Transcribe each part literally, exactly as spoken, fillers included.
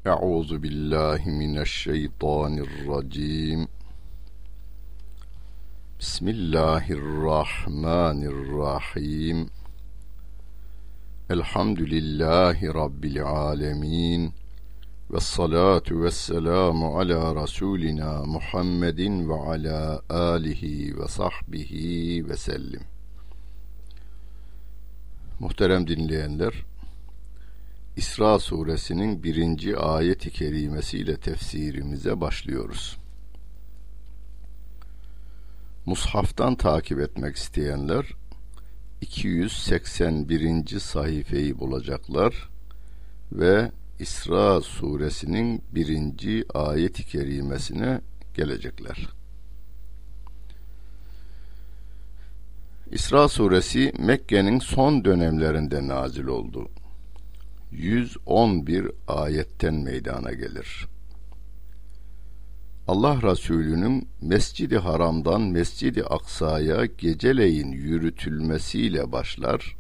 Euzu billahi mineşşeytanirracim. Bismillahirrahmanirrahim. Elhamdülillahi Rabbil alemin. Vessalatu vesselamu ala Resulina Muhammedin ve ala alihi ve sahbihi ve sellim. Muhterem dinleyenler, İsra suresinin birinci ayet-i kerimesiyle tefsirimize başlıyoruz. Mushaftan takip etmek isteyenler iki yüz seksen birinci sayfayı bulacaklar ve İsra suresinin birinci ayet-i kerimesine gelecekler. İsra suresi Mekke'nin son dönemlerinde nazil oldu. yüz on bir ayetten meydana gelir. Allah Resulü'nün Mescid-i Haram'dan Mescid-i Aksa'ya geceleyin yürütülmesiyle başlar.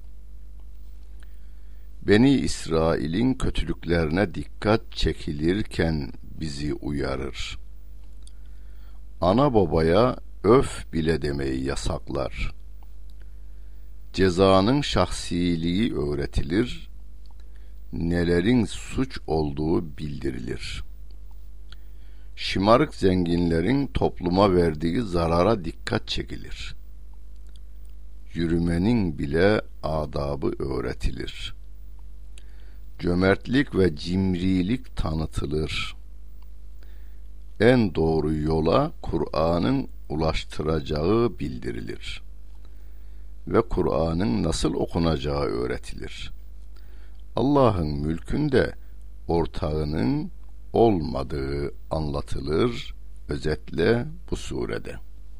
Beni İsrail'in kötülüklerine dikkat çekilirken bizi uyarır. Ana babaya öf bile demeyi yasaklar. Cezanın şahsiliği öğretilir. Nelerin suç olduğu bildirilir. Şımarık zenginlerin topluma verdiği zarara dikkat çekilir. Yürümenin bile adabı öğretilir. Cömertlik ve cimrilik tanıtılır. En doğru yola Kur'an'ın ulaştıracağı bildirilir. Ve Kur'an'ın nasıl okunacağı öğretilir. Allah'ın mülkünde ortağının olmadığı anlatılır özetle bu surede.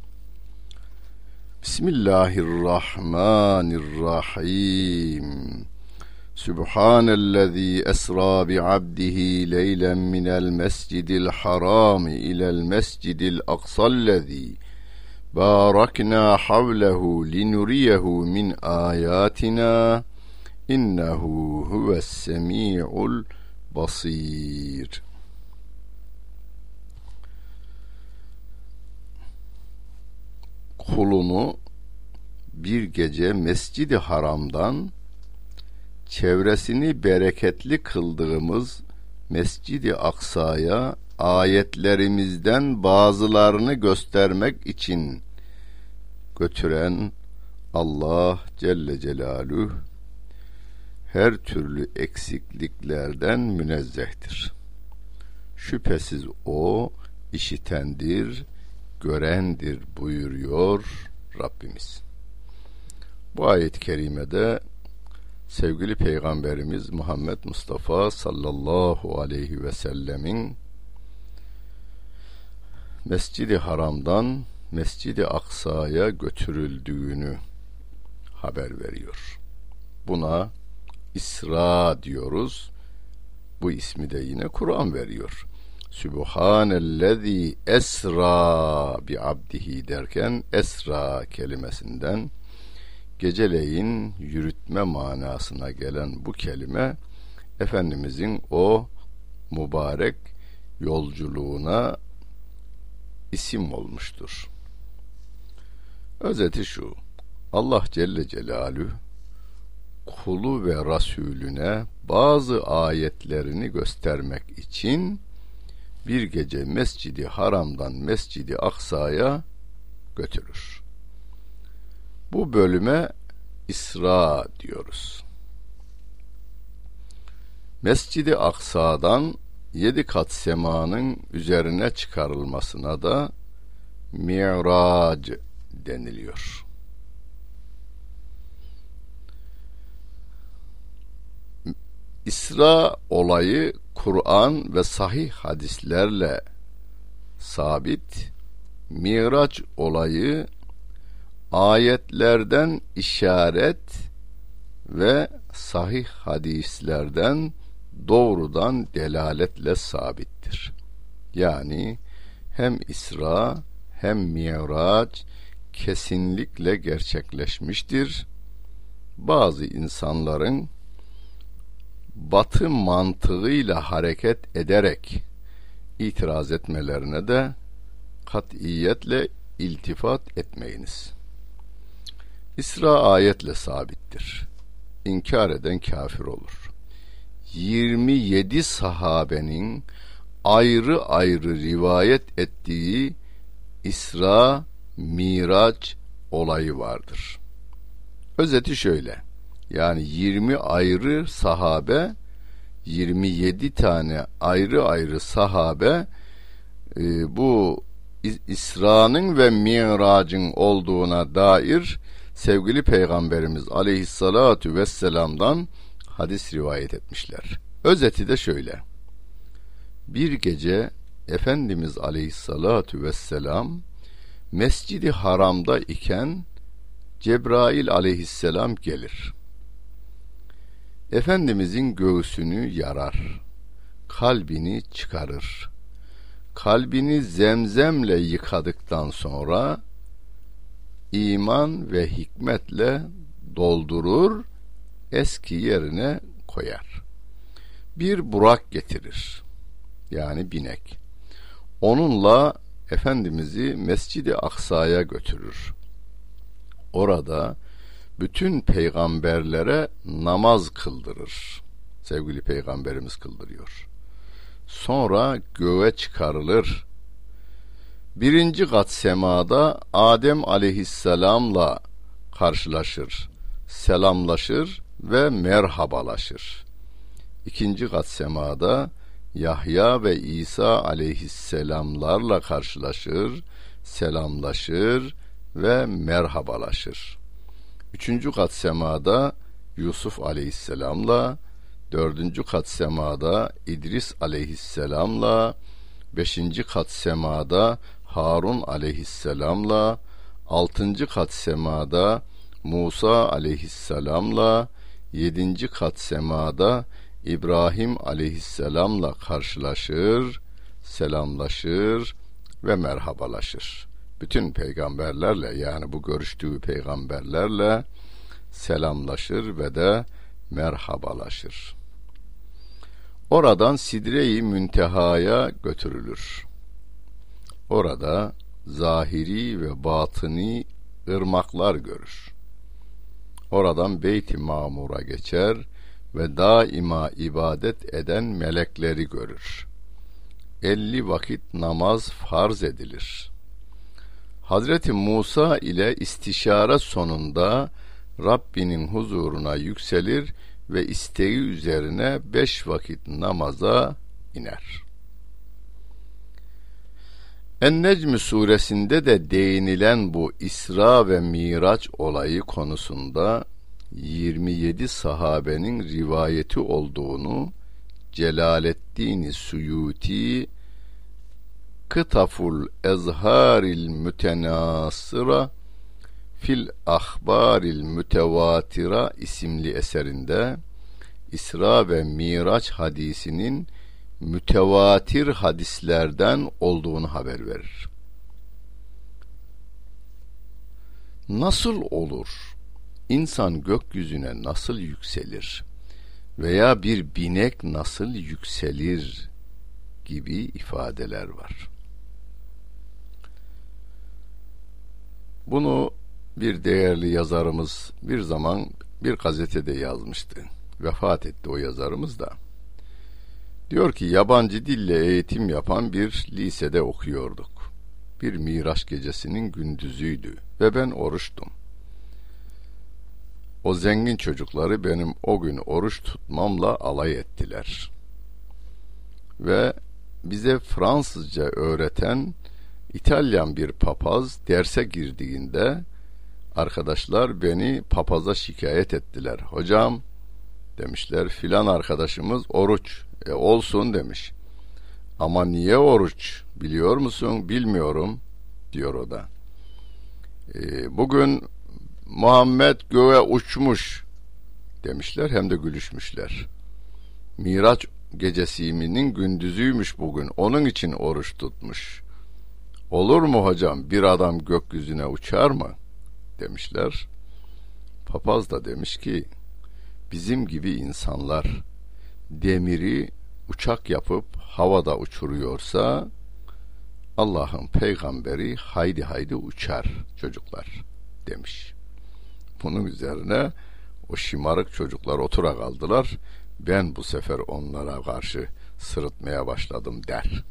Bismillahirrahmanirrahim. Subhanellezî esrâ bi'abdihi leylen minel mescidil haram ilel mescidil aksallezî bâraknâ havlehu linuriyehu min âyâtinâ İnnehu huves-semî'ul basîr. Kulunu bir gece Mescid-i Haram'dan çevresini bereketli kıldığımız Mescid-i Aksa'ya ayetlerimizden bazılarını göstermek için götüren Allah Celle Celaluhu her türlü eksikliklerden münezzehtir. Şüphesiz o işitendir, görendir buyuruyor Rabbimiz. Bu ayet-i kerimede sevgili Peygamberimiz Muhammed Mustafa sallallahu aleyhi ve sellemin Mescid-i Haram'dan Mescid-i Aksa'ya götürüldüğünü haber veriyor. Buna İsra diyoruz. Bu ismi de yine Kur'an veriyor. Sübhanellezî esra bi abdihi derken esra kelimesinden geceleyin yürütme manasına gelen bu kelime Efendimizin o mübarek yolculuğuna isim olmuştur. Özeti şu: Allah Celle Celaluhu kulu ve Rasulüne bazı ayetlerini göstermek için bir gece Mescid-i Haram'dan Mescid-i Aksa'ya götürür. Bu bölüme İsra diyoruz. Mescid-i Aksa'dan yedi kat semanın üzerine çıkarılmasına da Mi'rac deniliyor. İsra olayı Kur'an ve sahih hadislerle sabit, Miraç olayı ayetlerden işaret ve sahih hadislerden doğrudan delaletle sabittir. Yani hem İsra hem Miraç kesinlikle gerçekleşmiştir. Bazı insanların Batı mantığıyla hareket ederek itiraz etmelerine de katiyetle iltifat etmeyiniz. İsra ayetle sabittir. İnkar eden kafir olur. yirmi yedi sahabenin ayrı ayrı rivayet ettiği İsra Miraç olayı vardır. Özeti şöyle: yani yirmi ayrı sahabe, yirmi yedi tane ayrı ayrı sahabe e, bu İsra'nın ve Mirac'ın olduğuna dair sevgili Peygamberimiz Aleyhissalatu vesselam'dan hadis rivayet etmişler. Özeti de şöyle: bir gece Efendimiz Aleyhissalatu vesselam Mescid-i Haram'da iken Cebrail Aleyhisselam gelir. Efendimizin göğsünü yarar, kalbini çıkarır. Kalbini zemzemle yıkadıktan sonra iman ve hikmetle doldurur, eski yerine koyar. Bir burak getirir, yani binek. Onunla Efendimiz'i Mescid-i Aksa'ya götürür. Orada bütün peygamberlere namaz kıldırır. Sevgili Peygamberimiz kıldırıyor. Sonra göğe çıkarılır. Birinci kat semada Adem aleyhisselamla karşılaşır, selamlaşır ve merhabalaşır. İkinci kat semada Yahya ve İsa aleyhisselamlarla karşılaşır, selamlaşır ve merhabalaşır. Üçüncü kat semada Yusuf aleyhisselamla, dördüncü kat semada İdris aleyhisselamla, beşinci kat semada Harun aleyhisselamla, altıncı kat semada Musa aleyhisselamla, yedinci kat semada İbrahim aleyhisselamla karşılaşır, selamlaşır ve merhabalaşır. Bütün peygamberlerle, yani bu görüştüğü peygamberlerle selamlaşır ve de merhabalaşır. Oradan Sidre-i Münteha'ya götürülür. Orada zahiri ve batıni ırmaklar görür. Oradan Beyt-i Mamur'a geçer ve daima ibadet eden melekleri görür. Elli vakit namaz farz edilir. Hazreti Musa ile istişare sonunda Rabbinin huzuruna yükselir ve isteği üzerine beş vakit namaza iner. En-Necm suresinde de değinilen bu İsra ve Miraç olayı konusunda yirmi yedi sahabenin rivayeti olduğunu Celaleddin Suyuti Kıtaful Ezharil Mütenasıra Fil Ahbaril Mütevatira isimli eserinde İsra ve Miraç hadisinin mütevatir hadislerden olduğunu haber verir. Nasıl olur? İnsan gökyüzüne nasıl yükselir? Veya bir binek nasıl yükselir? Gibi ifadeler var. Bunu bir değerli yazarımız bir zaman bir gazetede yazmıştı. Vefat etti o yazarımız da. Diyor ki, yabancı dille eğitim yapan bir lisede okuyorduk. Bir Miraç gecesinin gündüzüydü ve ben oruçtum. O zengin çocukları benim o gün oruç tutmamla alay ettiler. Ve bize Fransızca öğreten İtalyan bir papaz derse girdiğinde arkadaşlar beni papaza şikayet ettiler. Hocam demişler, filan arkadaşımız oruç. E olsun demiş. Ama niye oruç biliyor musun? Bilmiyorum diyor o da. E, bugün Muhammed göğe uçmuş demişler, hem de gülüşmüşler. Miraç gecesinin gündüzüymüş bugün, onun için oruç tutmuş. Olur mu hocam, bir adam gökyüzüne uçar mı demişler. Papaz da demiş ki, bizim gibi insanlar demiri uçak yapıp havada uçuruyorsa Allah'ın peygamberi haydi haydi uçar çocuklar demiş. Bunun üzerine o şımarık çocuklar otura kaldılar. Ben bu sefer onlara karşı sırıtmaya başladım der.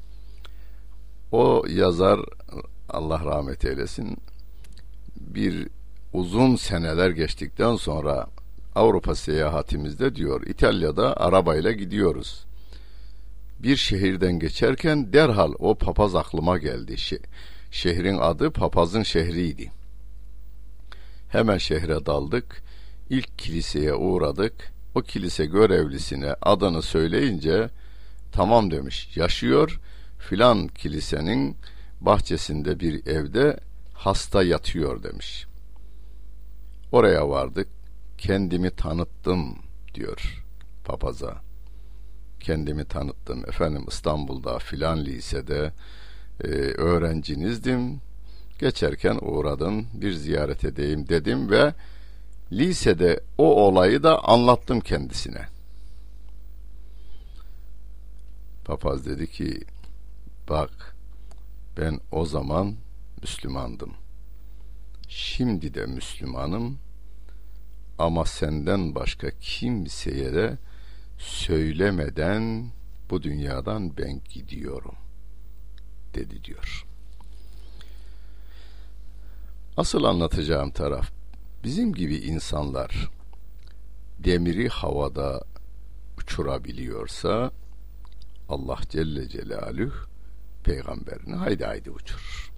O yazar, Allah rahmet eylesin, bir uzun seneler geçtikten sonra Avrupa seyahatimizde diyor, İtalya'da arabayla gidiyoruz. Bir şehirden geçerken derhal o papaz aklıma geldi. Şe- şehrin adı papazın şehriydi. Hemen şehre daldık. İlk kiliseye uğradık. O kilise görevlisine adını söyleyince tamam demiş, yaşıyor. Filan kilisenin bahçesinde bir evde hasta yatıyor demiş. Oraya vardık. Kendimi tanıttım diyor papaza. Kendimi tanıttım. Efendim İstanbul'da filan lisede e, öğrencinizdim. Geçerken uğradım, bir ziyaret edeyim dedim ve lisede o olayı da anlattım kendisine. Papaz dedi ki, bak ben o zaman Müslümandım. Şimdi de Müslümanım ama senden başka kimseye de söylemeden bu dünyadan ben gidiyorum dedi diyor. Asıl anlatacağım taraf, bizim gibi insanlar demiri havada uçurabiliyorsa Allah Celle Celaluhu peygamberini haydi haydi uçurur.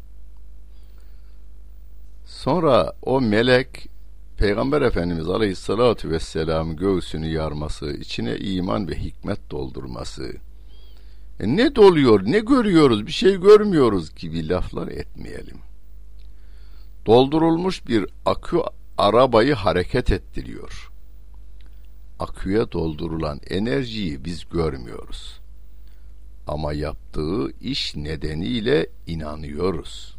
Sonra o melek Peygamber Efendimiz Aleyhisselatü Vesselam göğsünü yarması, içine iman ve hikmet doldurması, e ne doluyor, ne görüyoruz, bir şey görmüyoruz gibi laflar etmeyelim. Doldurulmuş bir akü arabayı hareket ettiriyor. Aküye doldurulan enerjiyi biz görmüyoruz. Ama yaptığı iş nedeniyle inanıyoruz.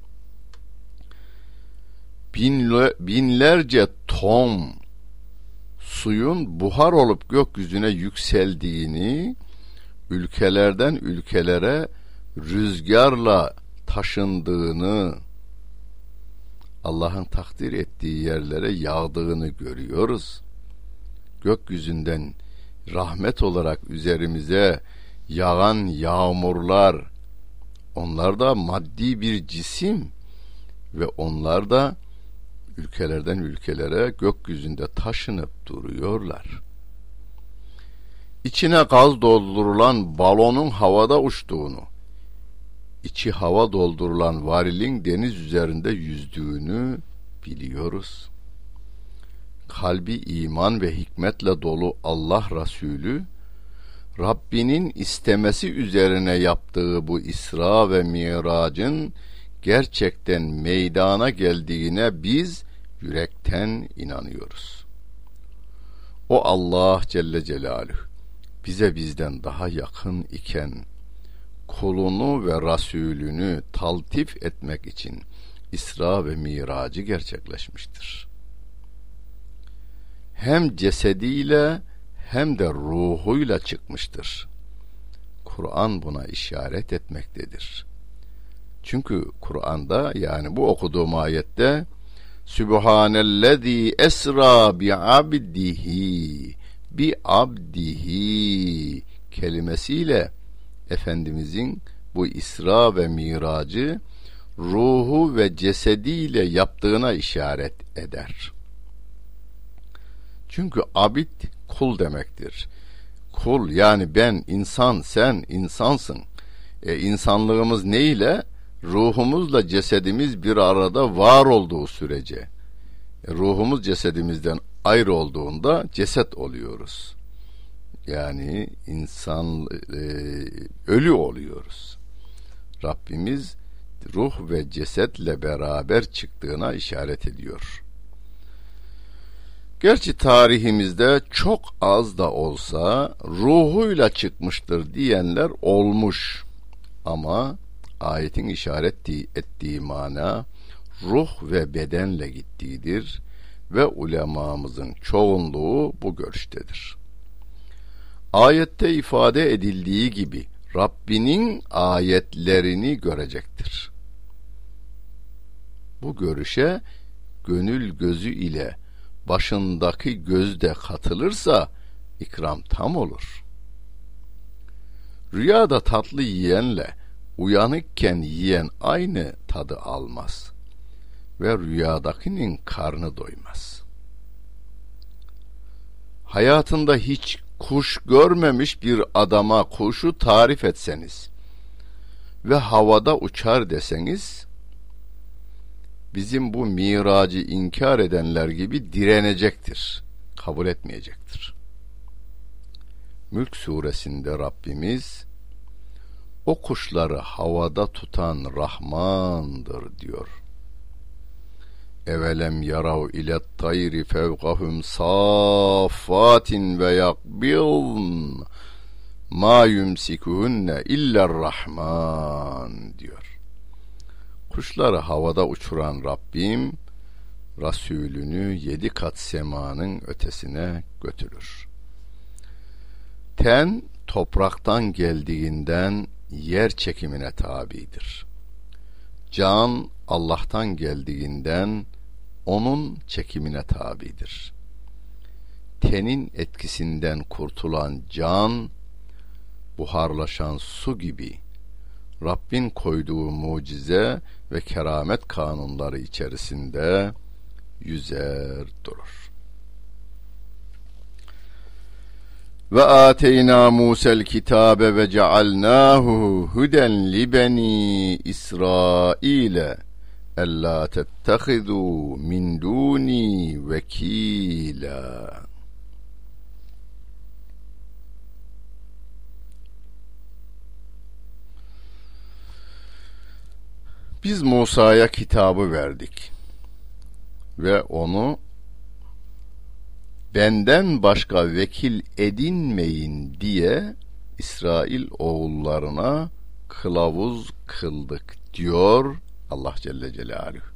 Binle, binlerce ton suyun buhar olup gökyüzüne yükseldiğini, ülkelerden ülkelere rüzgarla taşındığını, Allah'ın takdir ettiği yerlere yağdığını görüyoruz. Gökyüzünden rahmet olarak üzerimize yağan yağmurlar, onlar da maddi bir cisim ve onlar da ülkelerden ülkelere gökyüzünde taşınıp duruyorlar. İçine gaz doldurulan balonun havada uçtuğunu, içi hava doldurulan varilin deniz üzerinde yüzdüğünü biliyoruz. Kalbi iman ve hikmetle dolu Allah Resulü, Rabbinin istemesi üzerine yaptığı bu İsra ve Mirac'ın gerçekten meydana geldiğine biz yürekten inanıyoruz. O Allah Celle Celaluhu bize bizden daha yakın iken kulunu ve Resulünü taltif etmek için İsra ve Mirac'ı gerçekleşmiştir. Hem cesediyle hem de ruhuyla çıkmıştır. Kur'an buna işaret etmektedir. Çünkü Kur'an'da, yani bu okuduğum ayette, Sübhanellezî esra bi abdihi bi abdihi kelimesiyle Efendimizin bu İsra ve Mirac'ı ruhu ve cesediyle yaptığına işaret eder. Çünkü abid kul demektir. Kul, yani ben insan, sen insansın. E, insanlığımız ne ile? Ruhumuzla cesedimiz bir arada var olduğu sürece. E, ruhumuz cesedimizden ayrı olduğunda ceset oluyoruz. Yani insan e, ölü oluyoruz. Rabbimiz ruh ve cesetle beraber çıktığına işaret ediyor. Gerçi tarihimizde çok az da olsa ruhuyla çıkmıştır diyenler olmuş. Ama ayetin işaret ettiği mana ruh ve bedenle gittiğidir ve ulemamızın çoğunluğu bu görüştedir. ayette ifade edildiği gibi Rabbinin ayetlerini görecektir. Bu görüşe gönül gözü ile başındaki göz de katılırsa ikram tam olur. Rüyada tatlı yiyenle uyanıkken yiyen aynı tadı almaz ve rüyadakinin karnı doymaz. Hayatında hiç kuş görmemiş bir adama kuşu tarif etseniz ve havada uçar deseniz, bizim bu miracı inkar edenler gibi direnecektir, kabul etmeyecektir. Mülk suresinde Rabbimiz, o kuşları havada tutan Rahman'dır diyor. Evelem yarav ilet tayri fevkahum saffatin ve yakbiln ma yumsikuhunne illar Rahman diyor. Kuşları havada uçuran Rabbim, Resulünü yedi kat semanın ötesine götürür. Ten, topraktan geldiğinden yer çekimine tabidir. Can, Allah'tan geldiğinden onun çekimine tabidir. Tenin etkisinden kurtulan can, buharlaşan su gibi Rabbin koyduğu mucize ve keramet kanunları içerisinde yüzer durur. Ve ateyna Musa'l kitabe ve cealnahu huden li beni İsrail ella tettehizu min duni vekila. Biz Musa'ya kitabı verdik ve onu benden başka vekil edinmeyin diye İsrail oğullarına kılavuz kıldık diyor Allah Celle Celaluhu.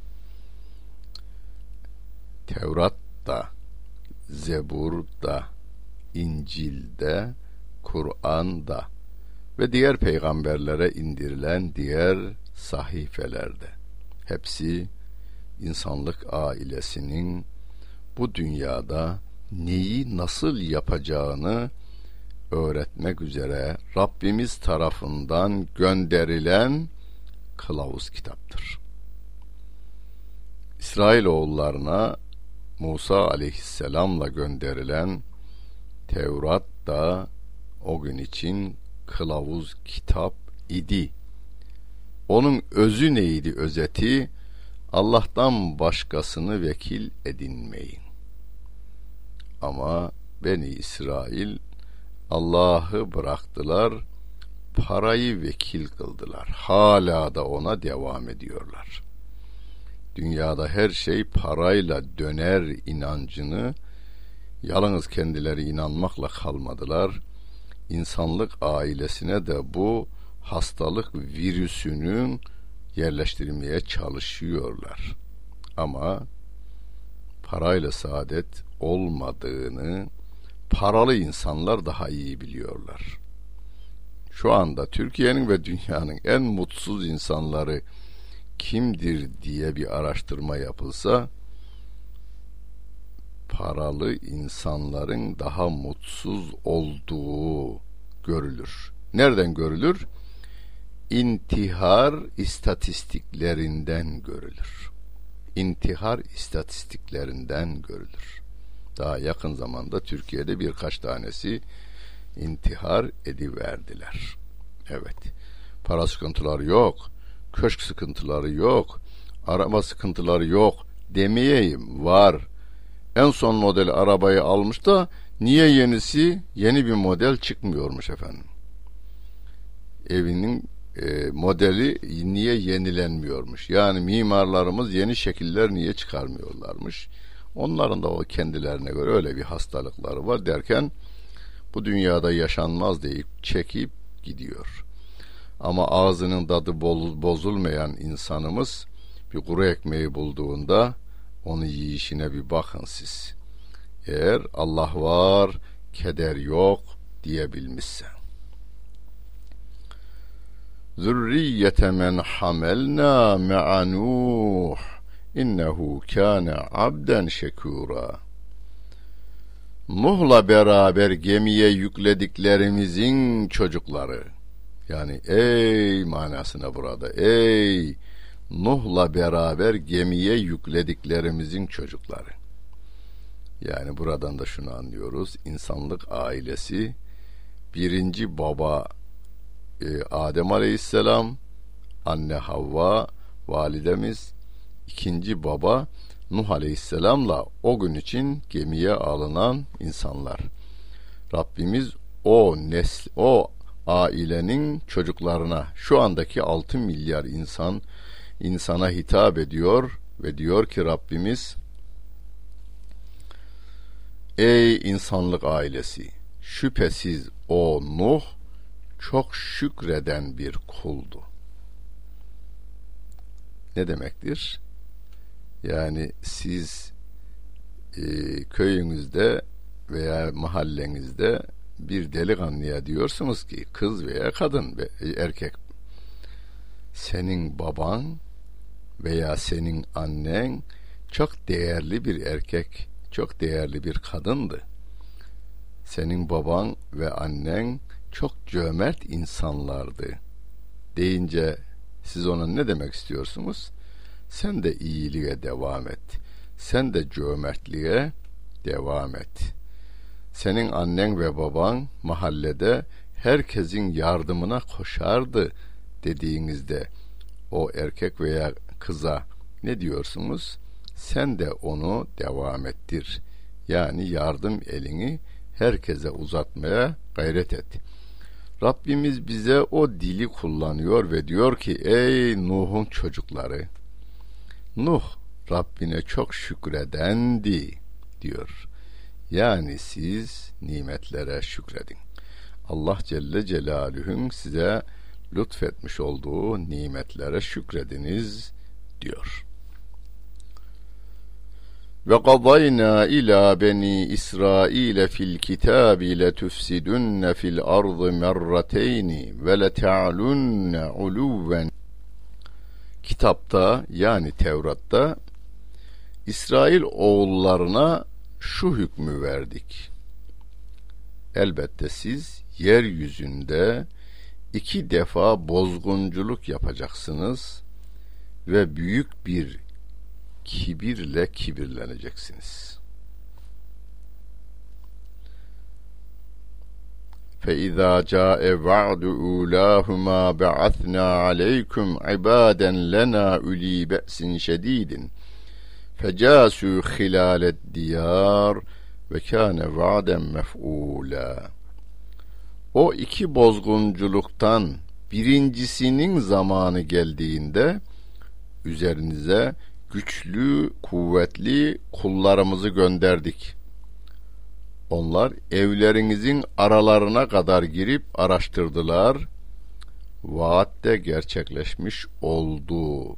Tevrat'ta, Zebur'da, İncil'de, Kur'an'da ve diğer peygamberlere indirilen diğer sahifelerde hepsi insanlık ailesinin bu dünyada neyi nasıl yapacağını öğretmek üzere Rabbimiz tarafından gönderilen kılavuz kitaptır. İsrailoğullarına Musa aleyhisselamla gönderilen Tevrat da o gün için kılavuz kitap idi. Onun özü neydi, özeti? Allah'tan başkasını vekil edinmeyin. Ama Beni İsrail Allah'ı bıraktılar, parayı vekil kıldılar. Hala da ona devam ediyorlar. Dünyada her şey parayla döner inancını yalnız kendileri inanmakla kalmadılar. İnsanlık ailesine de bu hastalık virüsünün yerleştirmeye çalışıyorlar. Ama parayla saadet olmadığını paralı insanlar daha iyi biliyorlar. Şu anda Türkiye'nin ve dünyanın en mutsuz insanları kimdir diye bir araştırma yapılsa, paralı insanların daha mutsuz olduğu görülür. Nereden görülür? İntihar istatistiklerinden görülür. İntihar istatistiklerinden görülür. Daha yakın zamanda Türkiye'de birkaç tanesi intihar ediverdiler. Evet. Para sıkıntıları yok. Köşk sıkıntıları yok. Araba sıkıntıları yok demeyeyim. Var. En son model arabayı almış da niye yenisi, yeni bir model çıkmıyormuş efendim? Evinin e, modeli niye yenilenmiyormuş? Yani mimarlarımız yeni şekiller niye çıkarmıyorlarmış? Onların da o kendilerine göre öyle bir hastalıkları var derken bu dünyada yaşanmaz deyip çekip gidiyor. Ama ağzının tadı bozulmayan insanımız bir kuru ekmeği bulduğunda onu yiyişine bir bakın siz. Eğer Allah var, keder yok, diyebilmişse. Zürriyete men hamelna me'a Nuh innehu kâne abden şekûrâ. Nuh'la beraber gemiye yüklediklerimizin çocukları, yani ey manasına burada, ey Nuh'la beraber gemiye yüklediklerimizin çocukları. Yani buradan da şunu anlıyoruz, insanlık ailesi, birinci baba e, Adem Aleyhisselam, anne Havva validemiz, ikinci baba Nuh Aleyhisselam'la o gün için gemiye alınan insanlar. Rabbimiz o nesl, o ailenin çocuklarına, şu andaki altı milyar insan insana hitap ediyor ve diyor ki Rabbimiz, ey insanlık ailesi, şüphesiz o Nuh çok şükreden bir kuldu. Ne demektir? Yani siz e, köyünüzde veya mahallenizde bir delikanlıya diyorsunuz ki, kız veya kadın ve erkek, senin baban veya senin annen çok değerli bir erkek, çok değerli bir kadındı. Senin baban ve annen çok cömert insanlardı deyince siz ona ne demek istiyorsunuz? Sen de iyiliğe devam et. Sen de cömertliğe devam et. Senin annen ve baban mahallede herkesin yardımına koşardı dediğinizde o erkek veya kıza ne diyorsunuz? Sen de onu devam ettir. Yani yardım elini herkese uzatmaya gayret et. Rabbimiz bize o dili kullanıyor ve diyor ki, ey Nuh'un çocukları, Nuh Rabbine çok şükredendi diyor. Yani siz nimetlere şükredin. Allah Celle Celaluhu'nun size lütfetmiş olduğu nimetlere şükrediniz diyor. Ve qadayna ila beni İsrail fil kitabi letufsidunne fil ardı merrateyn ve leta'lunne uluven. Kitapta, yani Tevrat'ta, İsrail oğullarına şu hükmü verdik: elbette siz yeryüzünde iki defa bozgunculuk yapacaksınız ve büyük bir kibirle kibirleneceksiniz. فَإِذَا جَاءَ وَعْدُ أُولَاهُمَا بَعَثْنَا عَلَيْكُمْ عِبَادًا لَنَا أُولِي بَأْسٍ شَدِيدٍ فَجَاسُوا خِلَالَ الدِّيَارِ وَكَانَ وَعْدًا مَفْعُولًا. O iki bozgunculuktan birincisinin zamanı geldiğinde üzerinize güçlü, kuvvetli kullarımızı gönderdik. Onlar evlerinizin aralarına kadar girip araştırdılar. Vaat de gerçekleşmiş oldu.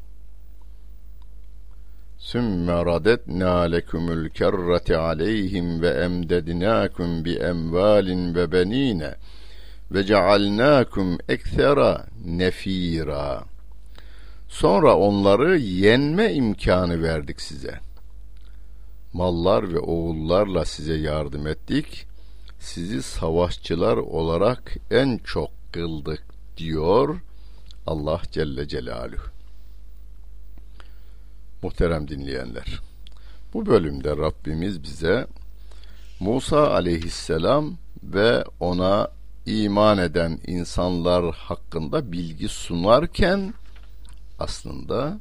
Sümme radetnâ lekümül kerrete aleyhim ve emdednâkum bi emvâlin ve benîne ve cealnâkum ekthera nefîrâ. Sonra onları yenme imkanı verdik size. Mallar ve oğullarla size yardım ettik. Sizi savaşçılar olarak en çok kıldık diyor Allah Celle Celaluhu. Muhterem dinleyenler, bu bölümde Rabbimiz bize Musa aleyhisselam ve ona iman eden insanlar hakkında bilgi sunarken aslında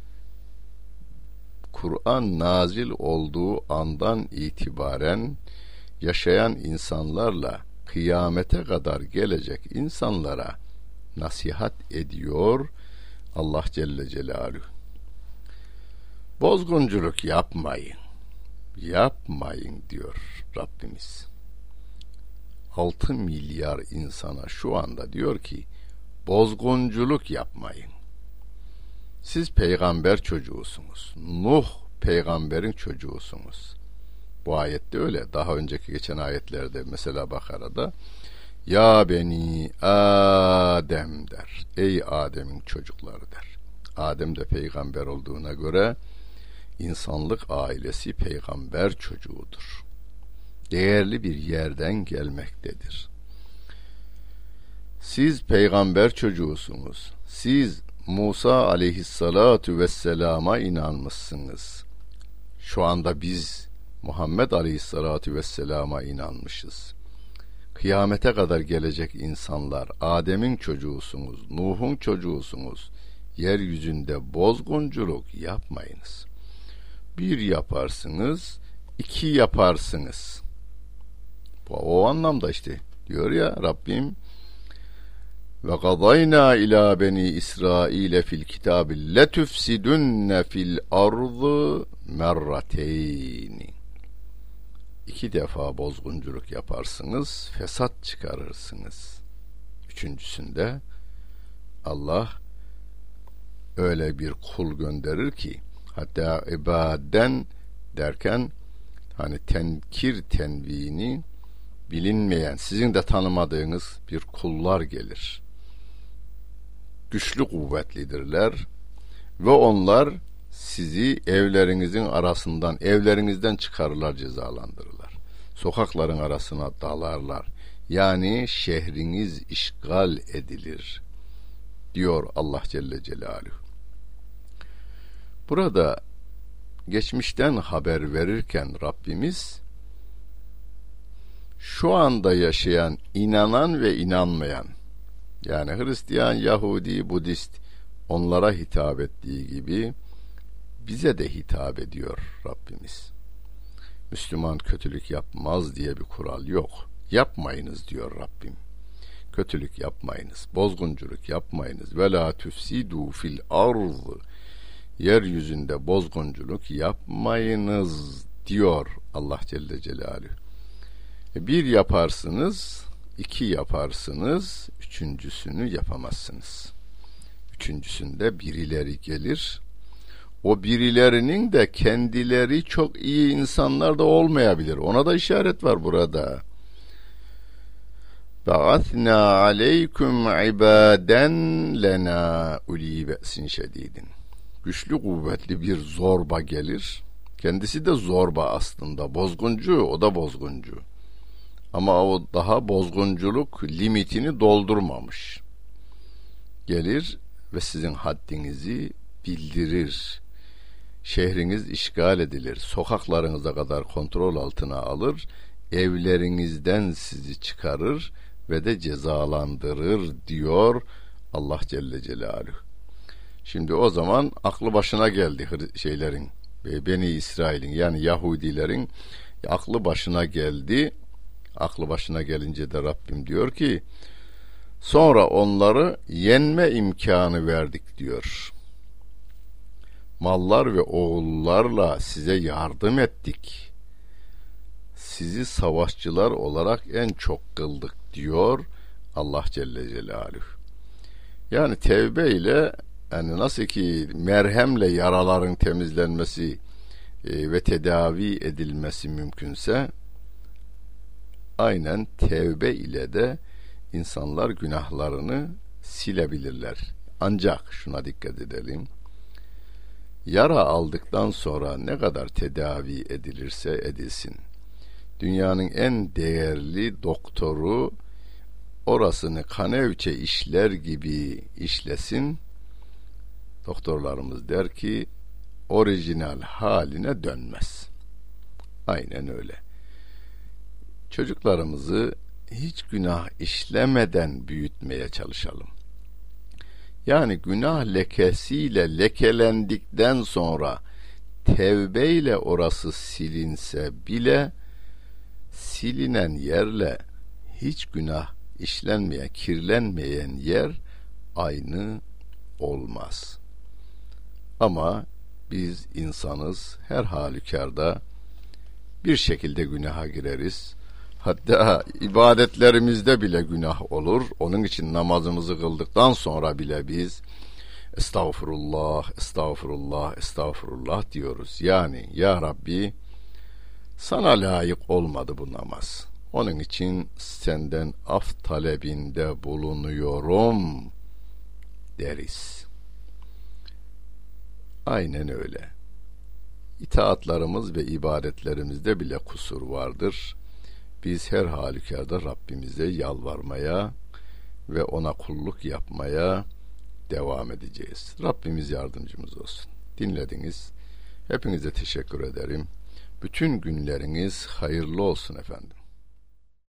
Kur'an nazil olduğu andan itibaren yaşayan insanlarla kıyamete kadar gelecek insanlara nasihat ediyor Allah Celle Celaluhu. Bozgunculuk yapmayın, yapmayın diyor Rabbimiz. Altı milyar insana şu anda diyor ki, bozgunculuk yapmayın. Siz peygamber çocuğusunuz. Nuh peygamberin çocuğusunuz. Bu ayette öyle. Daha önceki geçen ayetlerde, mesela Bakara'da Ya beni Adem der. Ey Adem'in çocukları der. Adem de peygamber olduğuna göre insanlık ailesi peygamber çocuğudur. Değerli bir yerden gelmektedir. Siz peygamber çocuğusunuz. Siz Musa aleyhissalatu vesselama inanmışsınız. Şu anda biz Muhammed aleyhissalatu vesselama inanmışız. Kıyamete kadar gelecek insanlar Adem'in çocuğusunuz, Nuh'un çocuğusunuz. Yeryüzünde bozgunculuk yapmayınız. Bir yaparsınız, iki yaparsınız. Bu o anlamda işte diyor ya Rabbim, ve kadayna ila beni İsrail fil kitabi letufsidunne fil ardı merrateyni. İki defa bozgunculuk yaparsınız, fesat çıkarırsınız. Üçüncüsünde Allah öyle bir kul gönderir ki, hatta ibaden derken hani tenkir tenvini bilinmeyen, sizin de tanımadığınız bir kullar gelir. Güçlü kuvvetlidirler ve onlar sizi evlerinizin arasından, evlerinizden çıkarırlar, cezalandırırlar. Sokakların arasına dalarlar. Yani şehriniz işgal edilir diyor Allah Celle Celaluhu. Burada geçmişten haber verirken Rabbimiz şu anda yaşayan, inanan ve inanmayan, yani Hristiyan, Yahudi, Budist, onlara hitap ettiği gibi bize de hitap ediyor Rabbimiz. Müslüman kötülük yapmaz diye bir kural yok. Yapmayınız diyor Rabbim. Kötülük yapmayınız, bozgunculuk yapmayınız. Ve la tufsidu fil ardı. Yeryüzünde bozgunculuk yapmayınız diyor Allah Celle Celaluhu. Bir yaparsınız, iki yaparsınız, üçüncüsünü yapamazsınız. Üçüncüsünde birileri gelir. O birilerinin de kendileri çok iyi insanlar da olmayabilir. Ona da işaret var burada. Ba'athna aleykum ibaden lena uli be'sin şedidin. Güçlü kuvvetli bir zorba gelir. Kendisi de zorba aslında. Bozguncu, o da bozguncu. Ama o daha bozgunculuk limitini doldurmamış. Gelir ve sizin haddinizi bildirir. Şehriniz işgal edilir. Sokaklarınıza kadar kontrol altına alır. Evlerinizden sizi çıkarır ve de cezalandırır diyor Allah Celle Celaluhu. Şimdi o zaman aklı başına geldi şeylerin, Beni İsrail'in, yani Yahudilerin aklı başına geldi. Aklı başına gelince de Rabbim diyor ki, sonra onları yenme imkanı verdik diyor. Mallar ve oğullarla size yardım ettik. Sizi savaşçılar olarak en çok kıldık diyor Allah Celle Celaluhu. Yani tevbe ile, yani nasıl ki merhemle yaraların temizlenmesi e, ve tedavi edilmesi mümkünse, aynen tevbe ile de insanlar günahlarını silebilirler. Ancak şuna dikkat edelim. Yara aldıktan sonra ne kadar tedavi edilirse edilsin, dünyanın en değerli doktoru orasını kanevçe işler gibi işlesin, doktorlarımız der ki orijinal haline dönmez. Aynen öyle. Çocuklarımızı hiç günah işlemeden büyütmeye çalışalım. Yani günah lekesiyle lekelendikten sonra tevbeyle orası silinse bile, silinen yerle hiç günah işlenmeyen, kirlenmeyen yer aynı olmaz. Ama biz insanız, her halükarda bir şekilde günaha gireriz. Hatta ibadetlerimizde bile günah olur. Onun için namazımızı kıldıktan sonra bile biz estağfurullah, estağfurullah, estağfurullah diyoruz. Yani ya Rabbi, sana layık olmadı bu namaz. Onun için senden af talebinde bulunuyorum deriz. Aynen öyle. İtaatlarımız ve ibadetlerimizde bile kusur vardır. Biz her halükarda Rabbimize yalvarmaya ve ona kulluk yapmaya devam edeceğiz. Rabbimiz yardımcımız olsun. Dinlediniz. Hepinize teşekkür ederim. Bütün günleriniz hayırlı olsun efendim.